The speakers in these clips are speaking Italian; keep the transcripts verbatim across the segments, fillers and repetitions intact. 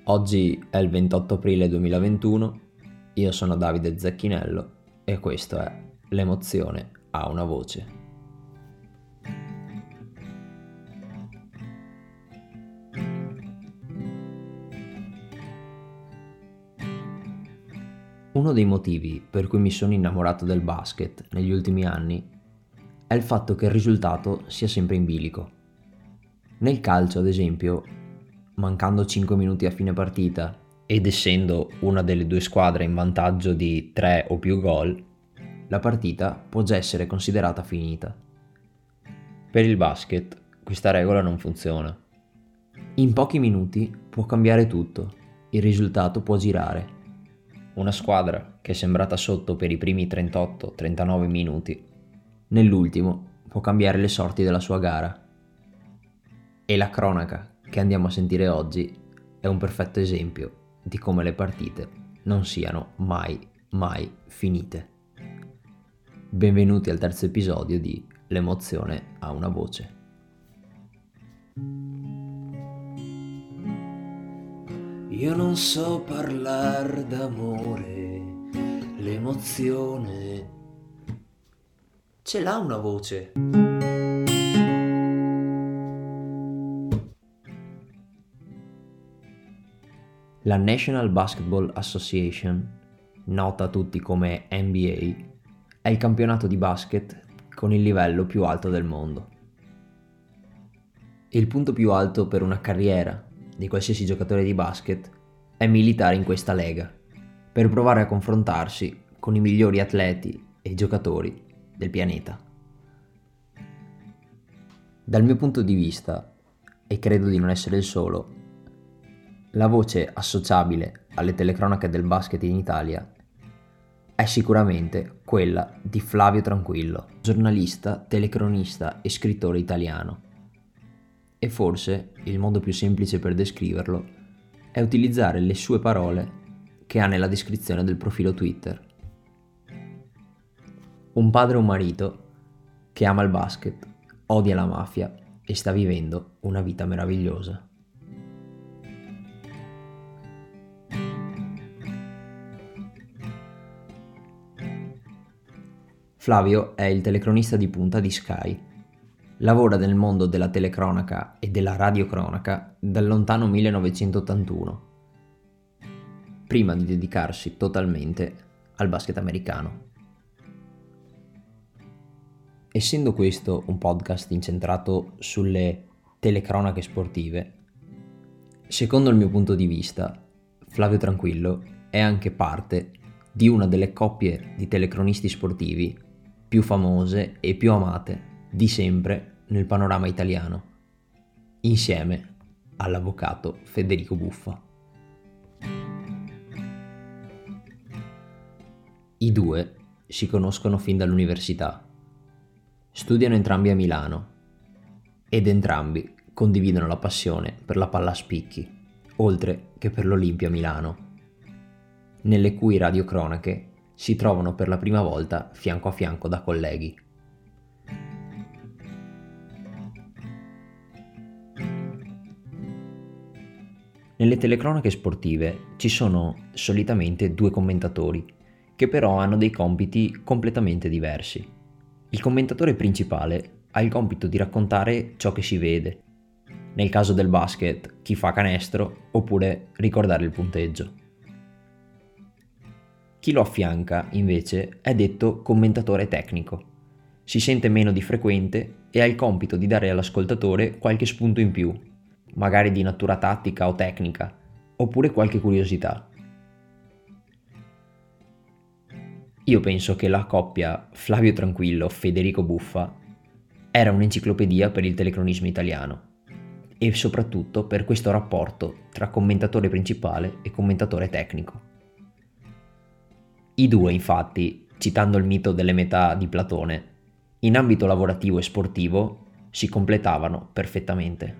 Oggi è il ventotto aprile duemilaventuno, io sono Davide Zecchinello e questo è L'emozione ha una voce. Uno dei motivi per cui mi sono innamorato del basket negli ultimi anni è il fatto che il risultato sia sempre in bilico. Nel calcio, ad esempio, mancando cinque minuti a fine partita ed essendo una delle due squadre in vantaggio di tre o più gol, la partita può già essere considerata finita. Per il basket questa regola non funziona. In pochi minuti può cambiare tutto, il risultato può girare. Una squadra che è sembrata sotto per i primi trentotto trentanove minuti, nell'ultimo può cambiare le sorti della sua gara. E la cronaca che andiamo a sentire oggi è un perfetto esempio di come le partite non siano mai, mai finite. Benvenuti al terzo episodio di L'emozione ha una voce. Io non so parlar d'amore, l'emozione ce l'ha una voce. La National Basketball Association, nota a tutti come N B A, è il campionato di basket con il livello più alto del mondo. Il punto più alto per una carriera di qualsiasi giocatore di basket è militare in questa lega, per provare a confrontarsi con i migliori atleti e giocatori del pianeta. Dal mio punto di vista, e credo di non essere il solo, la voce associabile alle telecronache del basket in Italia è sicuramente quella di Flavio Tranquillo, giornalista, telecronista e scrittore italiano. E forse il modo più semplice per descriverlo è utilizzare le sue parole che ha nella descrizione del profilo Twitter. Un padre e un marito che ama il basket, odia la mafia e sta vivendo una vita meravigliosa. Flavio è il telecronista di punta di Sky. Lavora nel mondo della telecronaca e della radiocronaca dal lontano millenovecentottantuno, prima di dedicarsi totalmente al basket americano. Essendo questo un podcast incentrato sulle telecronache sportive, secondo il mio punto di vista, Flavio Tranquillo è anche parte di una delle coppie di telecronisti sportivi più famose e più amate di sempre nel panorama italiano, insieme all'avvocato Federico Buffa. I due si conoscono fin dall'università, studiano entrambi a Milano ed entrambi condividono la passione per la palla a spicchi, oltre che per l'Olimpia Milano, nelle cui radiocronache si trovano per la prima volta fianco a fianco da colleghi. Nelle telecronache sportive ci sono solitamente due commentatori, che però hanno dei compiti completamente diversi. Il commentatore principale ha il compito di raccontare ciò che si vede, nel caso del basket chi fa canestro oppure ricordare il punteggio. Chi lo affianca, invece, è detto commentatore tecnico. Si sente meno di frequente e ha il compito di dare all'ascoltatore qualche spunto in più, magari di natura tattica o tecnica, oppure qualche curiosità. Io penso che la coppia Flavio Tranquillo-Federico Buffa era un'enciclopedia per il telecronismo italiano e soprattutto per questo rapporto tra commentatore principale e commentatore tecnico. I due, infatti, citando il mito delle metà di Platone, in ambito lavorativo e sportivo si completavano perfettamente.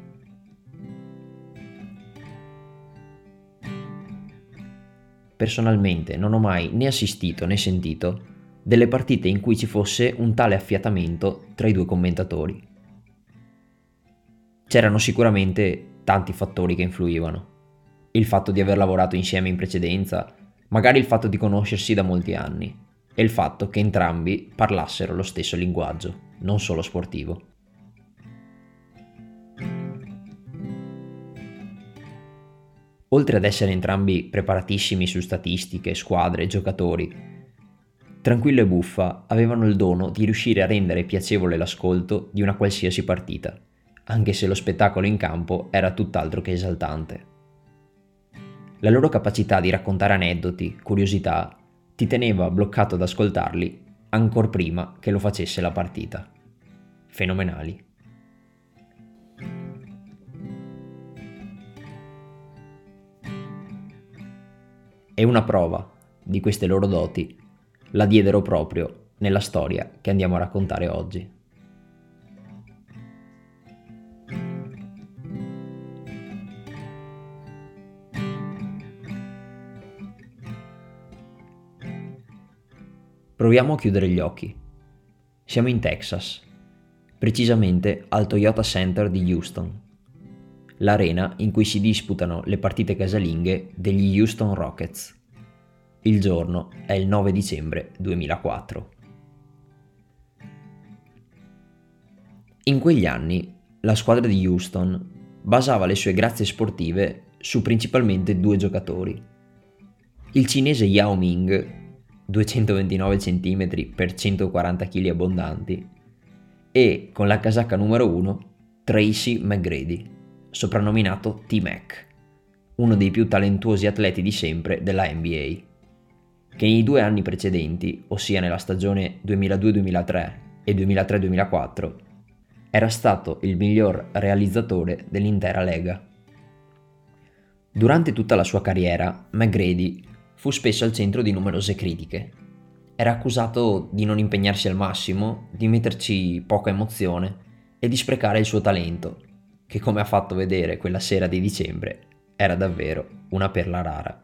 Personalmente non ho mai né assistito né sentito delle partite in cui ci fosse un tale affiatamento tra i due commentatori. C'erano sicuramente tanti fattori che influivano, il fatto di aver lavorato insieme in precedenza, magari il fatto di conoscersi da molti anni e il fatto che entrambi parlassero lo stesso linguaggio, non solo sportivo. Oltre ad essere entrambi preparatissimi su statistiche, squadre e giocatori, Tranquillo e Buffa avevano il dono di riuscire a rendere piacevole l'ascolto di una qualsiasi partita, anche se lo spettacolo in campo era tutt'altro che esaltante. La loro capacità di raccontare aneddoti, curiosità, ti teneva bloccato ad ascoltarli ancor prima che lo facesse la partita. Fenomenali. E una prova di queste loro doti la diedero proprio nella storia che andiamo a raccontare oggi. Proviamo a chiudere gli occhi. Siamo in Texas, precisamente al Toyota Center di Houston, l'arena in cui si disputano le partite casalinghe degli Houston Rockets. Il giorno è il nove dicembre duemilaquattro. In quegli anni la squadra di Houston basava le sue grazie sportive su principalmente due giocatori. Il cinese Yao Ming, duecentoventinove centimetri per centoquaranta chili abbondanti, e con la casacca numero uno Tracy McGrady, soprannominato T-Mac, uno dei più talentuosi atleti di sempre della N B A, che nei due anni precedenti, ossia nella stagione duemiladue duemilatré e duemilatré duemilaquattro, era stato il miglior realizzatore dell'intera lega. Durante tutta la sua carriera, McGrady fu spesso al centro di numerose critiche. Era accusato di non impegnarsi al massimo, di metterci poca emozione e di sprecare il suo talento, che, come ha fatto vedere quella sera di dicembre, era davvero una perla rara.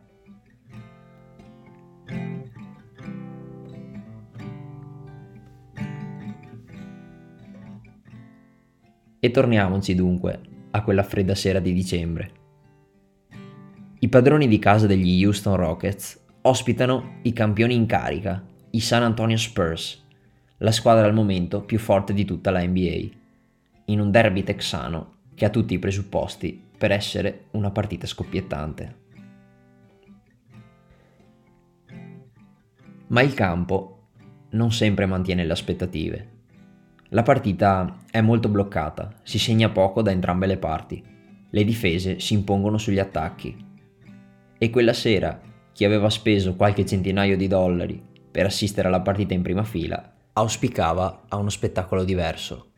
E torniamoci dunque a quella fredda sera di dicembre. I padroni di casa degli Houston Rockets ospitano i campioni in carica, i San Antonio Spurs, la squadra al momento più forte di tutta la N B A, in un derby texano che ha tutti i presupposti per essere una partita scoppiettante. Ma il campo non sempre mantiene le aspettative. La partita è molto bloccata, si segna poco da entrambe le parti, le difese si impongono sugli attacchi. E quella sera chi aveva speso qualche centinaio di dollari per assistere alla partita in prima fila auspicava a uno spettacolo diverso.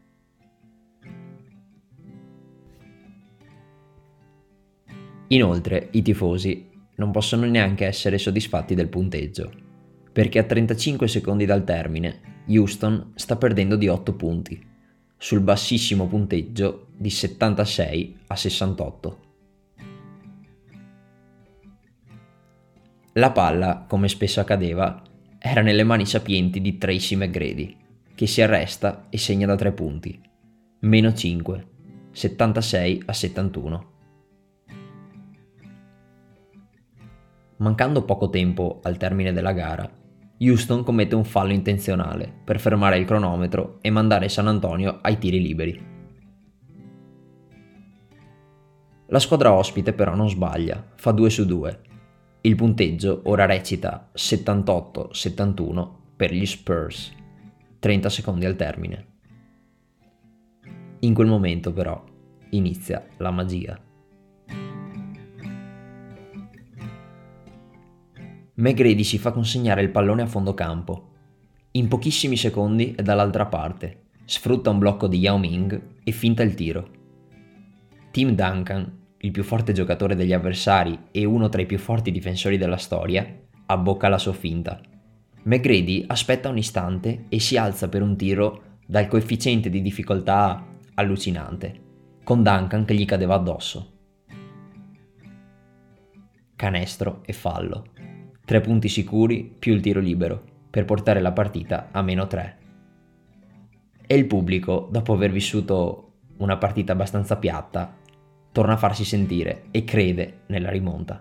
Inoltre i tifosi non possono neanche essere soddisfatti del punteggio, perché a trentacinque secondi dal termine Houston sta perdendo di otto punti, sul bassissimo punteggio di settantasei a sessantotto. La palla, come spesso accadeva, era nelle mani sapienti di Tracy McGrady, che si arresta e segna da tre punti, meno cinque, settantasei a settantuno. Mancando poco tempo al termine della gara, Houston commette un fallo intenzionale per fermare il cronometro e mandare San Antonio ai tiri liberi. La squadra ospite però non sbaglia, fa due su due. Il punteggio ora recita settantotto settantuno per gli Spurs, trenta secondi al termine. In quel momento però inizia la magia. McGrady si fa consegnare il pallone a fondo campo. In pochissimi secondi è dall'altra parte, sfrutta un blocco di Yao Ming e finta il tiro. Tim Duncan, il più forte giocatore degli avversari e uno tra i più forti difensori della storia, abbocca la sua finta. McGrady aspetta un istante e si alza per un tiro dal coefficiente di difficoltà allucinante, con Duncan che gli cadeva addosso. Canestro e fallo. Tre punti sicuri più il tiro libero, per portare la partita a meno tre. E il pubblico, dopo aver vissuto una partita abbastanza piatta, torna a farsi sentire e crede nella rimonta.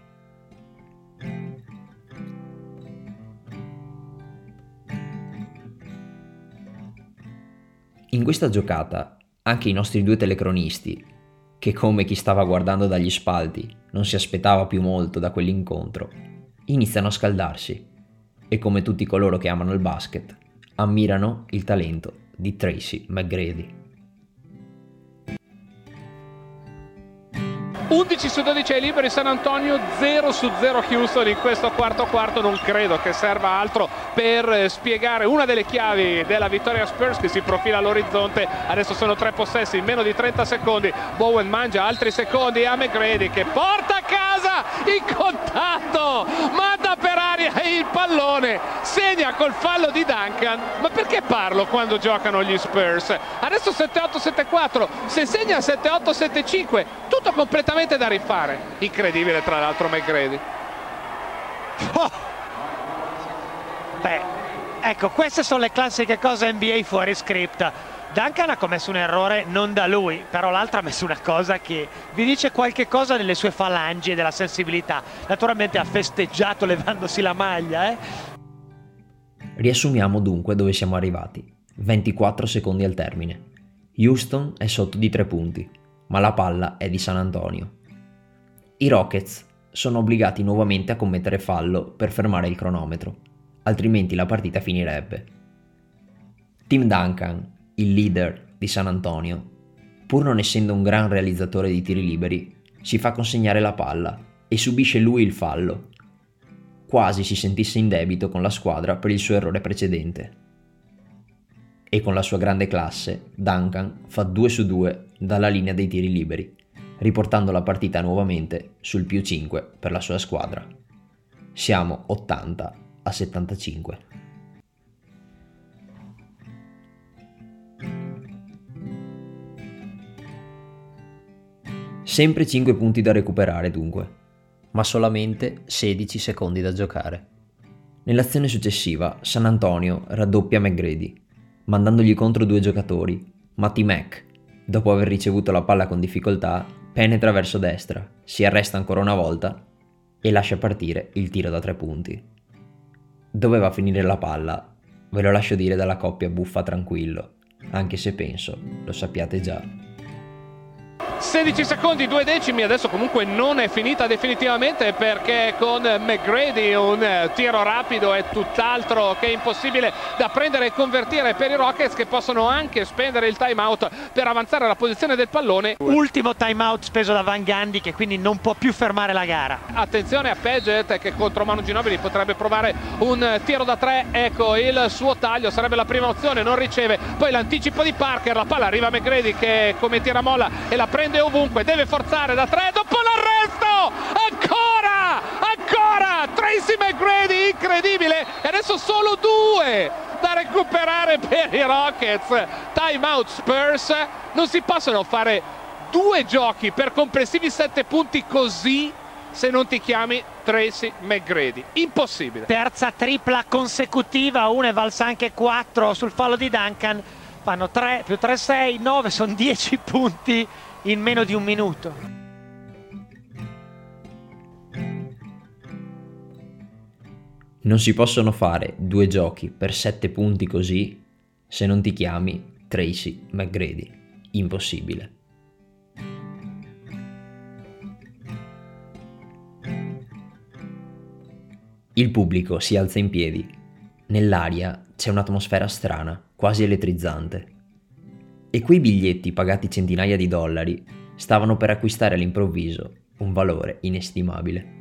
In questa giocata anche i nostri due telecronisti, che come chi stava guardando dagli spalti non si aspettava più molto da quell'incontro, iniziano a scaldarsi e come tutti coloro che amano il basket ammirano il talento di Tracy McGrady. undici su dodici ai liberi San Antonio, zero su zero Houston in questo quarto quarto. Non credo che serva altro per spiegare una delle chiavi della vittoria Spurs che si profila all'orizzonte. Adesso sono tre possessi in meno di trenta secondi. Bowen mangia altri secondi a McGrady che porta a casa il contatto, manda per aria il pallone, segna col fallo di Duncan. Ma perché parlo quando giocano gli Spurs? Adesso sette otto sette quattro, se segna sette otto sette cinque, tutto completamente da rifare. Incredibile tra l'altro McGrady. Oh. Beh, ecco, queste sono le classiche cose N B A fuori script. Duncan ha commesso un errore non da lui, però l'altro ha messo una cosa che vi dice qualche cosa delle sue falangi e della sensibilità. Naturalmente ha festeggiato levandosi la maglia, eh? Riassumiamo dunque dove siamo arrivati. ventiquattro secondi al termine. Houston è sotto di tre punti, ma la palla è di San Antonio. I Rockets sono obbligati nuovamente a commettere fallo per fermare il cronometro, altrimenti la partita finirebbe. Tim Duncan, il leader di San Antonio, pur non essendo un gran realizzatore di tiri liberi, si fa consegnare la palla e subisce lui il fallo, quasi si sentisse in debito con la squadra per il suo errore precedente. E con la sua grande classe, Duncan fa due su due dalla linea dei tiri liberi, riportando la partita nuovamente sul più cinque per la sua squadra. Siamo ottanta a settantacinque. Sempre cinque punti da recuperare dunque, ma solamente sedici secondi da giocare. Nell'azione successiva San Antonio raddoppia McGrady, mandandogli contro due giocatori, ma T-Mac, dopo aver ricevuto la palla con difficoltà, penetra verso destra, si arresta ancora una volta e lascia partire il tiro da tre punti. Doveva finire la palla, ve lo lascio dire dalla coppia buffa tranquillo, anche se penso lo sappiate già. sedici secondi, due decimi, adesso comunque non è finita definitivamente perché con McGrady un tiro rapido è tutt'altro che impossibile da prendere e convertire per i Rockets, che possono anche spendere il timeout per avanzare alla posizione del pallone. Ultimo timeout speso da Van Gundy, che quindi non può più fermare la gara. Attenzione a Paget che contro Manu Ginobili potrebbe provare un tiro da tre, ecco il suo taglio, sarebbe la prima opzione, non riceve, poi l'anticipo di Parker, la palla arriva a McGrady che come tiramolla e la prende ovunque, deve forzare da tre, dopo l'arresto ancora ancora Tracy McGrady, incredibile, e adesso solo due da recuperare per i Rockets. Timeout Spurs. Non si possono fare due giochi per complessivi sette punti così se non ti chiami Tracy McGrady, impossibile. Terza tripla consecutiva, una è valsa anche quattro sul fallo di Duncan, fanno tre più tre sei, nove, sono dieci punti in meno di un minuto. Non si possono fare due giochi per sette punti così se non ti chiami Tracy McGrady. Impossibile. Il pubblico si alza in piedi. Nell'aria c'è un'atmosfera strana, quasi elettrizzante. E quei biglietti pagati centinaia di dollari stavano per acquistare all'improvviso un valore inestimabile.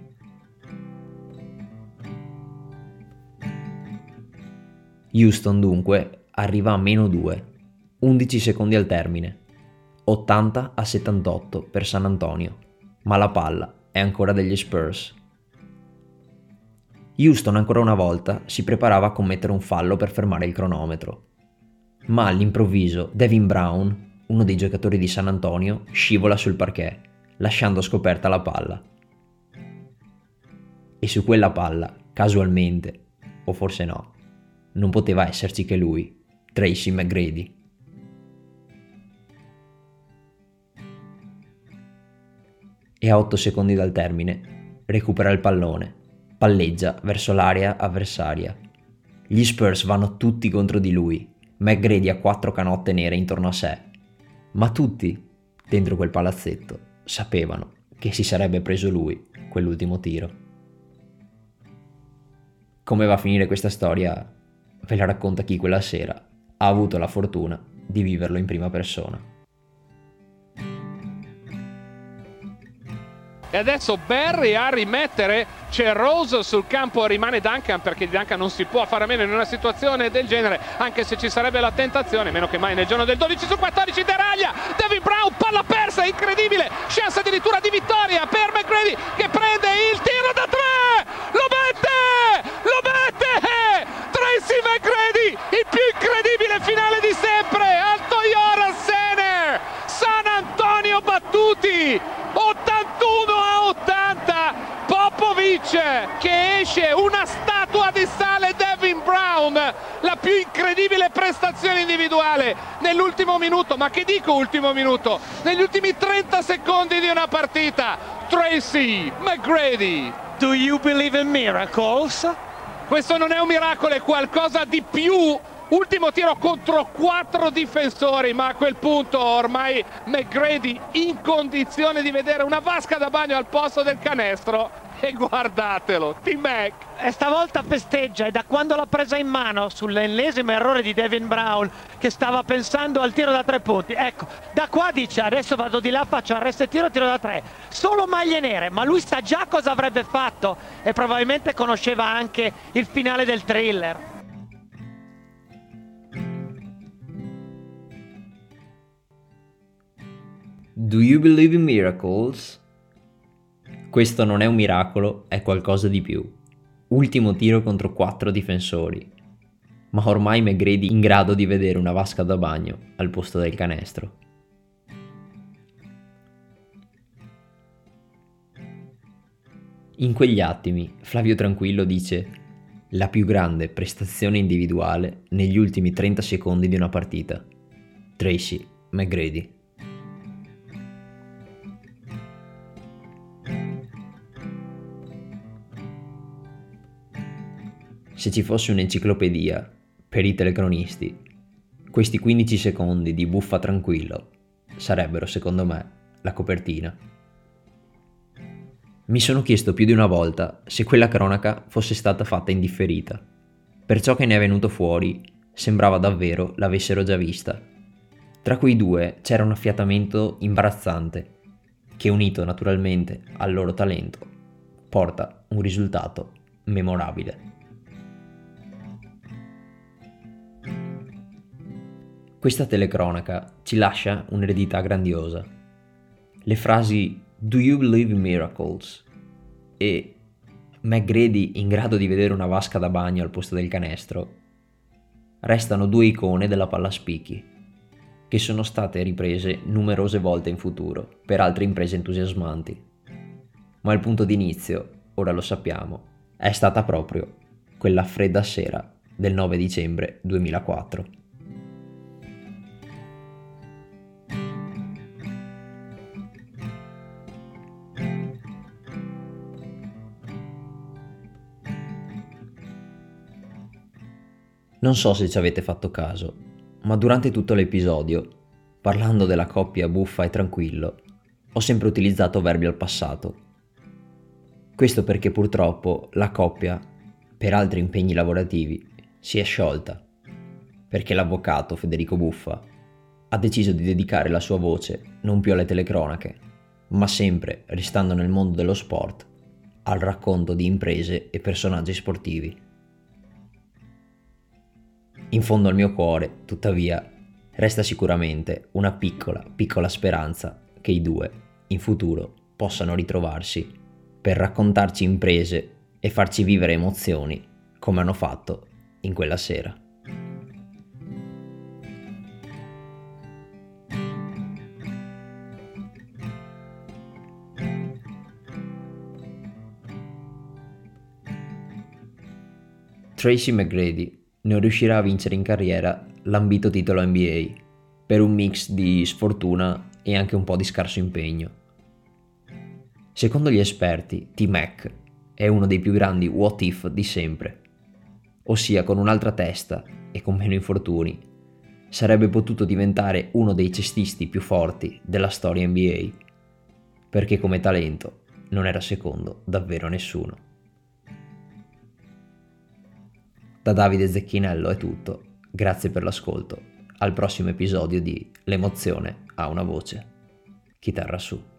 Houston dunque arriva a meno due, undici secondi al termine, ottanta a settantotto per San Antonio, ma la palla è ancora degli Spurs. Houston ancora una volta si preparava a commettere un fallo per fermare il cronometro, ma all'improvviso Devin Brown, uno dei giocatori di San Antonio, scivola sul parquet, lasciando scoperta la palla. E su quella palla, casualmente, o forse no, non poteva esserci che lui, Tracy McGrady. e a otto secondi dal termine recupera il pallone, palleggia verso l'area avversaria. Gli Spurs vanno tutti contro di lui, McGrady ha quattro canotte nere intorno a sé, ma tutti, dentro quel palazzetto, sapevano che si sarebbe preso lui quell'ultimo tiro. Come va a finire questa storia ve la racconta chi quella sera ha avuto la fortuna di viverlo in prima persona. E adesso Barry a rimettere, c'è Rose sul campo, rimane Duncan, perché di Duncan non si può fare a meno in una situazione del genere, anche se ci sarebbe la tentazione, meno che mai nel giorno del dodici su quattordici, deraglia Devin Brown, palla persa, incredibile, chance addirittura di vittoria per McGrady che prende il tiro da tre, lo mette, lo mette, Tracy McGrady, il più incredibile finale di sempre al Toyota Center, San Antonio battuti ottantuno a ottanta, Popovic che esce una statua di sale, Devin Brown, la più incredibile prestazione individuale nell'ultimo minuto, ma che dico ultimo minuto, negli ultimi trenta secondi di una partita, Tracy McGrady. Do you believe in miracles? Questo non è un miracolo, è qualcosa di più. Ultimo tiro contro quattro difensori, ma a quel punto ormai McGrady in condizione di vedere una vasca da bagno al posto del canestro, e guardatelo, T-Mac. E stavolta festeggia, e da quando l'ha presa in mano sull'ennesimo errore di Devin Brown che stava pensando al tiro da tre punti, ecco, da qua dice adesso vado di là, faccio arresto e tiro, tiro da tre, solo maglie nere, ma lui sa già cosa avrebbe fatto e probabilmente conosceva anche il finale del thriller. Do you believe in miracles? Questo non è un miracolo, è qualcosa di più. Ultimo tiro contro quattro difensori. Ma ormai McGrady in grado di vedere una vasca da bagno al posto del canestro. In quegli attimi Flavio Tranquillo dice: la più grande prestazione individuale negli ultimi trenta secondi di una partita. Tracy McGrady. Se ci fosse un'enciclopedia per i telecronisti, questi quindici secondi di Buffa Tranquillo sarebbero, secondo me, la copertina. Mi sono chiesto più di una volta se quella cronaca fosse stata fatta in differita. Per ciò che ne è venuto fuori, sembrava davvero l'avessero già vista. Tra quei due c'era un affiatamento imbarazzante, che unito naturalmente al loro talento, porta un risultato memorabile. Questa telecronaca ci lascia un'eredità grandiosa. Le frasi "Do you believe in miracles?" e McGrady in grado di vedere una vasca da bagno al posto del canestro restano due icone della palla a spicchi, che sono state riprese numerose volte in futuro per altre imprese entusiasmanti. Ma il punto d'inizio, ora lo sappiamo, è stata proprio quella fredda sera del nove dicembre duemilaquattro. Non so se ci avete fatto caso, ma durante tutto l'episodio, parlando della coppia Buffa e Tranquillo, ho sempre utilizzato verbi al passato. Questo perché purtroppo la coppia, per altri impegni lavorativi, si è sciolta, perché l'avvocato Federico Buffa ha deciso di dedicare la sua voce non più alle telecronache, ma sempre, restando nel mondo dello sport, al racconto di imprese e personaggi sportivi. In fondo al mio cuore, tuttavia, resta sicuramente una piccola, piccola speranza che i due, in futuro, possano ritrovarsi per raccontarci imprese e farci vivere emozioni come hanno fatto in quella sera. Tracy McGrady non riuscirà a vincere in carriera l'ambito titolo N B A per un mix di sfortuna e anche un po' di scarso impegno. Secondo gli esperti, T-Mac è uno dei più grandi what if di sempre, ossia con un'altra testa e con meno infortuni sarebbe potuto diventare uno dei cestisti più forti della storia N B A, perché come talento non era secondo davvero a nessuno. Da Davide Zecchinello è tutto, grazie per l'ascolto, al prossimo episodio di L'emozione ha una voce. Chitarra su.